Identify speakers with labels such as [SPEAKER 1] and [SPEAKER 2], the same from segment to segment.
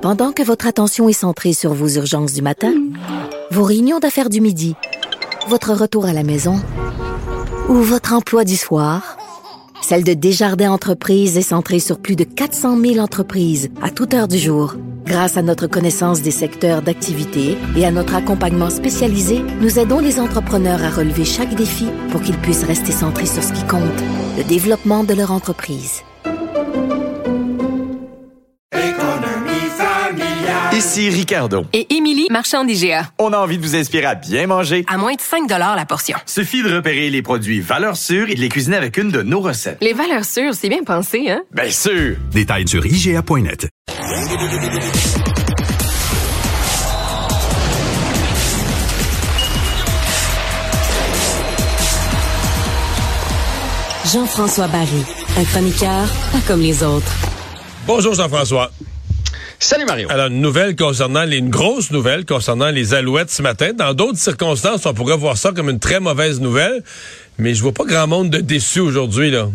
[SPEAKER 1] Pendant que votre attention est centrée sur vos urgences du matin, vos réunions d'affaires du midi, votre retour à la maison ou votre emploi du soir, celle de Desjardins Entreprises est centrée sur plus de 400 000 entreprises à toute heure du jour. Grâce à notre connaissance des secteurs d'activité et à notre accompagnement spécialisé, nous aidons les entrepreneurs à relever chaque défi pour qu'ils puissent rester centrés sur ce qui compte, le développement de leur entreprise.
[SPEAKER 2] Ici Ricardo.
[SPEAKER 3] Et Émilie, marchand d'IGA.
[SPEAKER 2] On a envie de vous inspirer à bien manger.
[SPEAKER 3] À moins de 5 $ la portion.
[SPEAKER 2] Suffit de repérer les produits valeurs sûres et de les cuisiner avec une de nos recettes.
[SPEAKER 3] Les valeurs sûres, c'est bien pensé, hein?
[SPEAKER 2] Bien sûr!
[SPEAKER 4] Détails sur IGA.net.
[SPEAKER 1] Jean-François Barry, un chroniqueur pas comme les autres.
[SPEAKER 5] Bonjour Jean-François.
[SPEAKER 6] Salut Mario.
[SPEAKER 5] Alors, une grosse nouvelle concernant les Alouettes ce matin. Dans d'autres circonstances, on pourrait voir ça comme une très mauvaise nouvelle, mais je vois pas grand monde de déçus aujourd'hui, là.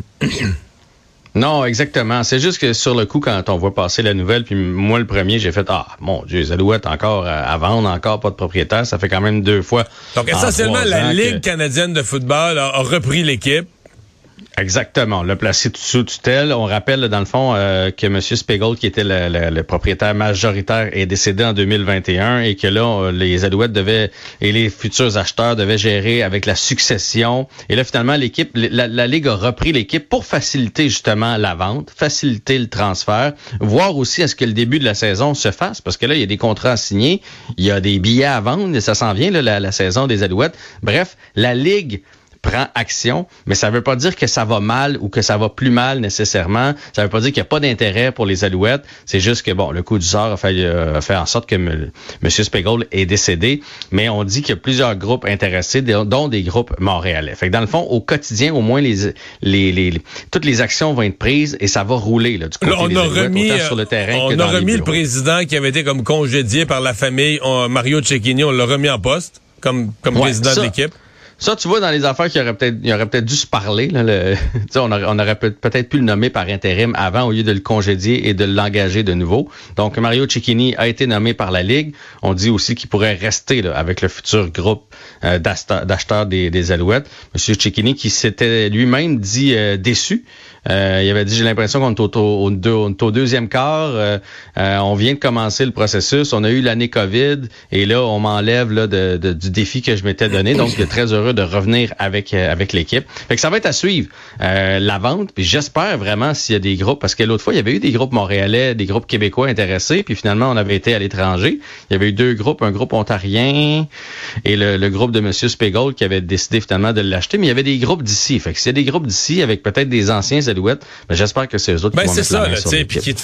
[SPEAKER 6] Non, exactement. C'est juste que sur le coup, quand on voit passer la nouvelle, puis moi le premier, j'ai fait « Ah, mon Dieu, les Alouettes encore à vendre, encore pas de propriétaire. » Ça fait quand même 2 fois.
[SPEAKER 5] Donc, essentiellement, la Ligue canadienne de football a repris l'équipe.
[SPEAKER 6] Exactement. On l'a placé sous tutelle. On rappelle, dans le fond, que M. Spiegel, qui était le propriétaire majoritaire, est décédé en 2021 et que là, les Alouettes devaient, et les futurs acheteurs devaient gérer avec la succession. Et là, finalement, la Ligue a repris l'équipe pour faciliter justement la vente, faciliter le transfert, voir aussi à ce que le début de la saison se fasse, parce que là, il y a des contrats à signer, il y a des billets à vendre, et ça s'en vient, là, la saison des Alouettes. Bref, la Ligue prend action, mais ça veut pas dire que ça va mal ou que ça va plus mal nécessairement. Ça veut pas dire qu'il n'y a pas d'intérêt pour les Alouettes. C'est juste que, bon, le coup du sort a fait en sorte que M. Spiegel est décédé, mais on dit qu'il y a plusieurs groupes intéressés, dont des groupes montréalais. Fait que dans le fond, au quotidien, au moins, toutes les actions vont être prises et ça va rouler, là, du côté des Alouettes, autant sur le terrain que dans les bureaux. On a remis le président
[SPEAKER 5] qui avait été comme congédié par la famille, Mario Cecchini, on l'a remis en poste comme président de l'équipe.
[SPEAKER 6] Ça, tu vois, dans les affaires il aurait peut-être dû se parler, là, on aurait peut-être pu le nommer par intérim avant au lieu de le congédier et de l'engager de nouveau. Donc, Mario Cecchini a été nommé par la Ligue. On dit aussi qu'il pourrait rester là, avec le futur groupe d'acheteurs des Alouettes. Monsieur Cecchini qui s'était lui-même dit déçu. Il avait dit, j'ai l'impression qu'on est au deuxième quart. On vient de commencer le processus. On a eu l'année COVID et là, on m'enlève là du défi que je m'étais donné. Donc, il est très heureux de revenir avec l'équipe. Fait que ça va être à suivre la vente. Puis j'espère vraiment s'il y a des groupes, parce que l'autre fois, il y avait eu des groupes montréalais, des groupes québécois intéressés. Puis finalement, on avait été à l'étranger. Il y avait eu 2 groupes, un groupe ontarien et le groupe de M. Spiegel qui avait décidé finalement de l'acheter. Mais il y avait des groupes d'ici. Fait que s'il y a des groupes d'ici avec peut-être des anciens Alouettes, ben j'espère que c'est eux autres qui vont mettre la main sur l'équipe.
[SPEAKER 5] Puis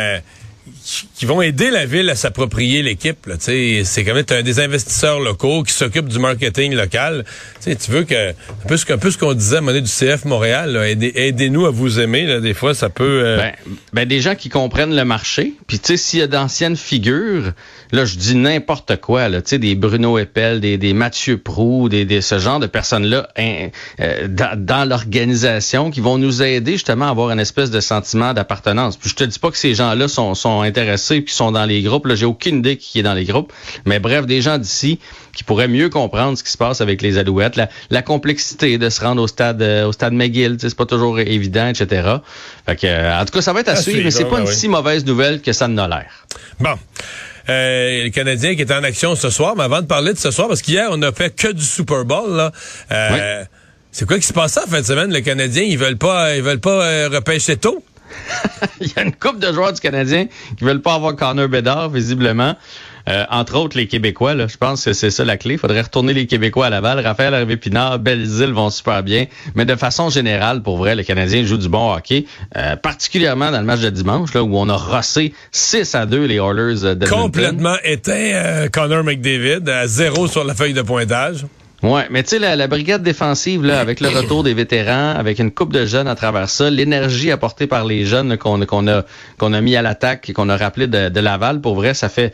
[SPEAKER 5] qui vont aider la ville à s'approprier l'équipe. Là, c'est quand même des investisseurs locaux qui s'occupent du marketing local. Tu veux que un peu ce qu'on disait à un moment donné du CF Montréal, là, aidez-nous à vous aimer. Là, des fois, ça peut...
[SPEAKER 6] Ben, des gens qui comprennent le marché. Puis tu sais, s'il y a d'anciennes figures, là, je dis n'importe quoi, là, tu sais, des Bruno Eppel, des Mathieu Proulx, ce genre de personnes-là dans l'organisation qui vont nous aider justement à avoir une espèce de sentiment d'appartenance. Puis je te dis pas que ces gens-là sont intéressés et qui sont dans les groupes. Là, j'ai aucune idée qui est dans les groupes. Mais bref, des gens d'ici qui pourraient mieux comprendre ce qui se passe avec les Alouettes, la complexité de se rendre au stade McGill, c'est pas toujours évident, etc. Fait que, en tout cas, ça va être à suivre, mais c'est pas une si mauvaise nouvelle que ça ne l'a l'air.
[SPEAKER 5] Bon. Le Canadien qui est en action ce soir, mais avant de parler de ce soir, parce qu'hier, on n'a fait que du Super Bowl, là. Oui. C'est quoi qui se passe en fin de semaine? Le Canadien, ils veulent pas repêcher tôt?
[SPEAKER 6] Il y a une couple de joueurs du Canadien qui veulent pas avoir Connor Bedard, visiblement. Entre autres, les Québécois, là, je pense que c'est ça la clé. Il faudrait retourner les Québécois à Laval. Raphaël Harvey-Pinard, Belzile vont super bien. Mais de façon générale, pour vrai, le Canadien joue du bon hockey. Particulièrement dans le match de dimanche, là, où on a rossé 6-2 les Oilers d'Edmonton.
[SPEAKER 5] Complètement éteint Connor McDavid à 0 sur la feuille de pointage.
[SPEAKER 6] Ouais, mais tu sais, la brigade défensive, là, avec le retour des vétérans, avec une coupe de jeunes à travers ça, l'énergie apportée par les jeunes là, qu'on a mis à l'attaque et qu'on a rappelé de Laval, pour vrai, ça fait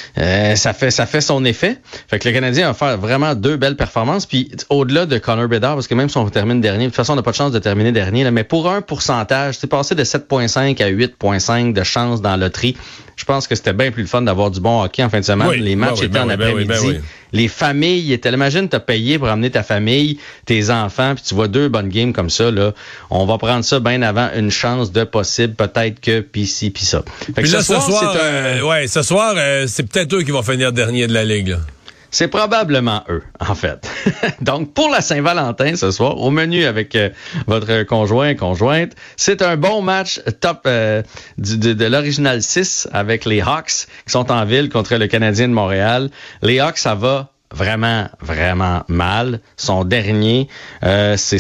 [SPEAKER 6] son effet. Fait que le Canadien va faire vraiment 2 belles performances. Puis au-delà de Connor Bedard, parce que même si on termine dernier, de toute façon, on n'a pas de chance de terminer dernier, là, mais pour un pourcentage, c'est passé de 7,5 à 8,5 de chance dans la loterie. Je pense que c'était bien plus le fun d'avoir du bon hockey en fin de semaine. Oui, les matchs étaient en après-midi. Les familles étaient... Imagine, t'as payé pour amener ta famille, tes enfants, puis tu vois 2 bonnes games comme ça, là. On va prendre ça bien avant une chance de possible, peut-être que, pis ci, pis ça. Fait que
[SPEAKER 5] ce soir, c'est peut-être eux qui vont finir dernier de la Ligue, là.
[SPEAKER 6] C'est probablement eux, en fait. Donc, pour la Saint-Valentin ce soir, au menu avec votre conjointe, c'est un bon match top de l'Original 6 avec les Hawks qui sont en ville contre le Canadien de Montréal. Les Hawks, ça va vraiment, vraiment mal. Son dernier, c'est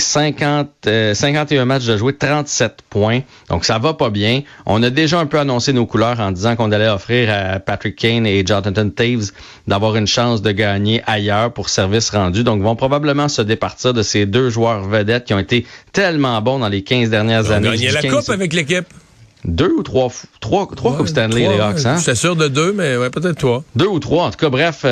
[SPEAKER 6] 51 matchs de jouer, 37 points. Donc, ça va pas bien. On a déjà un peu annoncé nos couleurs en disant qu'on allait offrir à Patrick Kane et Jonathan Toews d'avoir une chance de gagner ailleurs pour service rendu. Donc, ils vont probablement se départir de ces 2 joueurs vedettes qui ont été tellement bons dans les 15 dernières années.
[SPEAKER 5] Ils ont gagné la Coupe avec l'équipe.
[SPEAKER 6] 2 ou 3 Coupes Stanley, les Hawks, hein?
[SPEAKER 5] J'étais sûr de 2, mais ouais, peut-être 3.
[SPEAKER 6] 2 ou 3, en tout cas,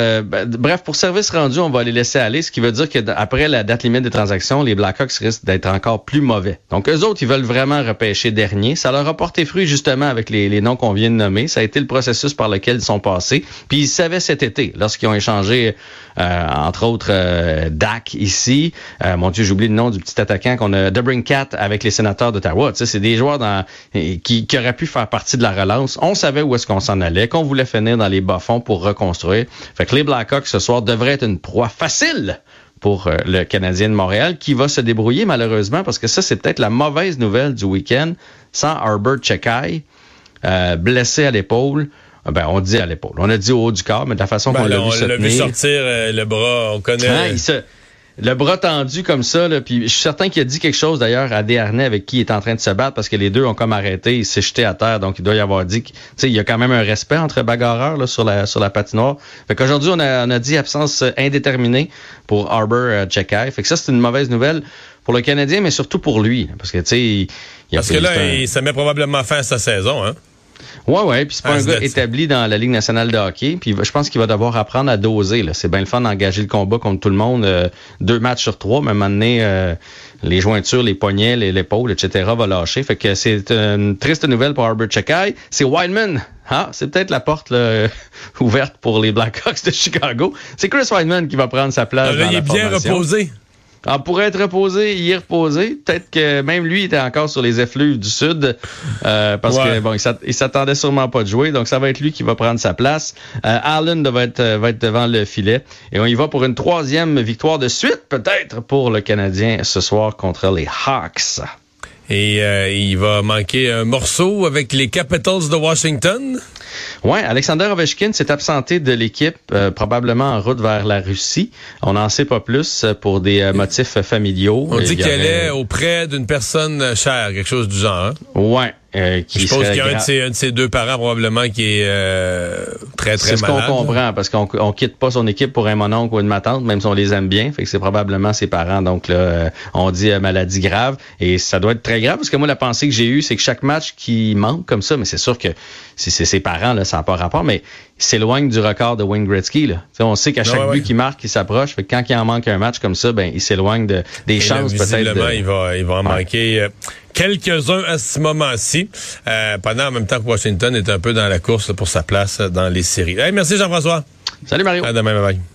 [SPEAKER 6] bref, pour service rendu, on va les laisser aller, ce qui veut dire qu'après la date limite des transactions, les Blackhawks risquent d'être encore plus mauvais. Donc, eux autres, ils veulent vraiment repêcher dernier. Ça leur a porté fruit, justement, avec les noms qu'on vient de nommer. Ça a été le processus par lequel ils sont passés. Puis, ils savaient cet été, lorsqu'ils ont échangé, entre autres, Dak ici. Mon Dieu, j'oublie le nom du petit attaquant qu'on a, DeBrincat avec les Sénateurs d'Ottawa. Tu sais, c'est des joueurs qui auraient pu faire partie de la relance. On savait où est-ce qu'on s'en allait, qu'on voulait finir dans les bas-fonds pour reconstruire. Fait que les Blackhawks ce soir devraient être une proie facile pour le Canadien de Montréal qui va se débrouiller malheureusement parce que ça, c'est peut-être la mauvaise nouvelle du week-end. Sans Arber Xhekaj, blessé à l'épaule. Ben, on dit à l'épaule. On a dit au haut du corps, mais de la façon qu'on l'a vu se tenir.
[SPEAKER 5] On l'a vu sortir le bras, on connaît...
[SPEAKER 6] Le bras tendu comme ça, là, puis je suis certain qu'il a dit quelque chose d'ailleurs à Desharnais avec qui il est en train de se battre parce que les deux ont comme arrêté, il s'est jeté à terre, donc il doit y avoir dit qu'il y a quand même un respect entre bagarreurs là, sur la patinoire. Fait qu'aujourd'hui, on a dit absence indéterminée pour Arber Xhekaj. Fait que ça, c'est une mauvaise nouvelle pour le Canadien, mais surtout pour lui. Parce que, tu sais,
[SPEAKER 5] ça met probablement fin à sa saison, hein?
[SPEAKER 6] Ouais, puis c'est pas un gars établi dans la Ligue nationale de hockey, puis je pense qu'il va devoir apprendre à doser, là. C'est bien le fun d'engager le combat contre tout le monde, 2 matchs sur 3, mais à un moment donné, les jointures, les poignets, l'épaule, etc. va lâcher. Fait que c'est une triste nouvelle pour Arber Xhekaj. C'est Wideman. C'est peut-être la porte là, ouverte pour les Blackhawks de Chicago. C'est Chris Wideman qui va prendre sa place dans la formation.
[SPEAKER 5] Il est bien reposé.
[SPEAKER 6] Pour être reposé, il est reposé. Peut-être que même lui était encore sur les effluves du Sud parce que bon, il s'attendait sûrement pas de jouer. Donc, ça va être lui qui va prendre sa place. Allen va être devant le filet. Et on y va pour une 3e victoire de suite, peut-être, pour le Canadien ce soir contre les Hawks.
[SPEAKER 5] Et il va manquer un morceau avec les Capitals de Washington.
[SPEAKER 6] Ouais, Alexander Ovechkin s'est absenté de l'équipe, probablement en route vers la Russie. On n'en sait pas plus pour des motifs familiaux.
[SPEAKER 5] On dit qu'il allait auprès d'une personne chère, quelque chose du genre. Hein?
[SPEAKER 6] Ouais.
[SPEAKER 5] Je suppose qu'il y a un de ses 2 parents probablement qui est très, très malade.
[SPEAKER 6] C'est ce qu'on comprend, parce qu'on quitte pas son équipe pour un mononcle ou une matante, même si on les aime bien. Fait que c'est probablement ses parents. Donc là, on dit maladie grave. Et ça doit être très grave, parce que moi, la pensée que j'ai eue, c'est que chaque match qui manque comme ça, mais c'est sûr que c'est ses parents, là, ça n'a pas rapport, mais il s'éloigne du record de Wayne Gretzky. Là. T'sais, on sait qu'à chaque but qu'il marque, il s'approche. Fait que quand il en manque un match comme ça, ben il s'éloigne des chances peut-être.
[SPEAKER 5] Il va en manquer quelques-uns à ce moment-ci, pendant en même temps que Washington est un peu dans la course pour sa place dans les séries. Hey, merci Jean-François.
[SPEAKER 6] Salut Mario.
[SPEAKER 5] À demain, bye bye.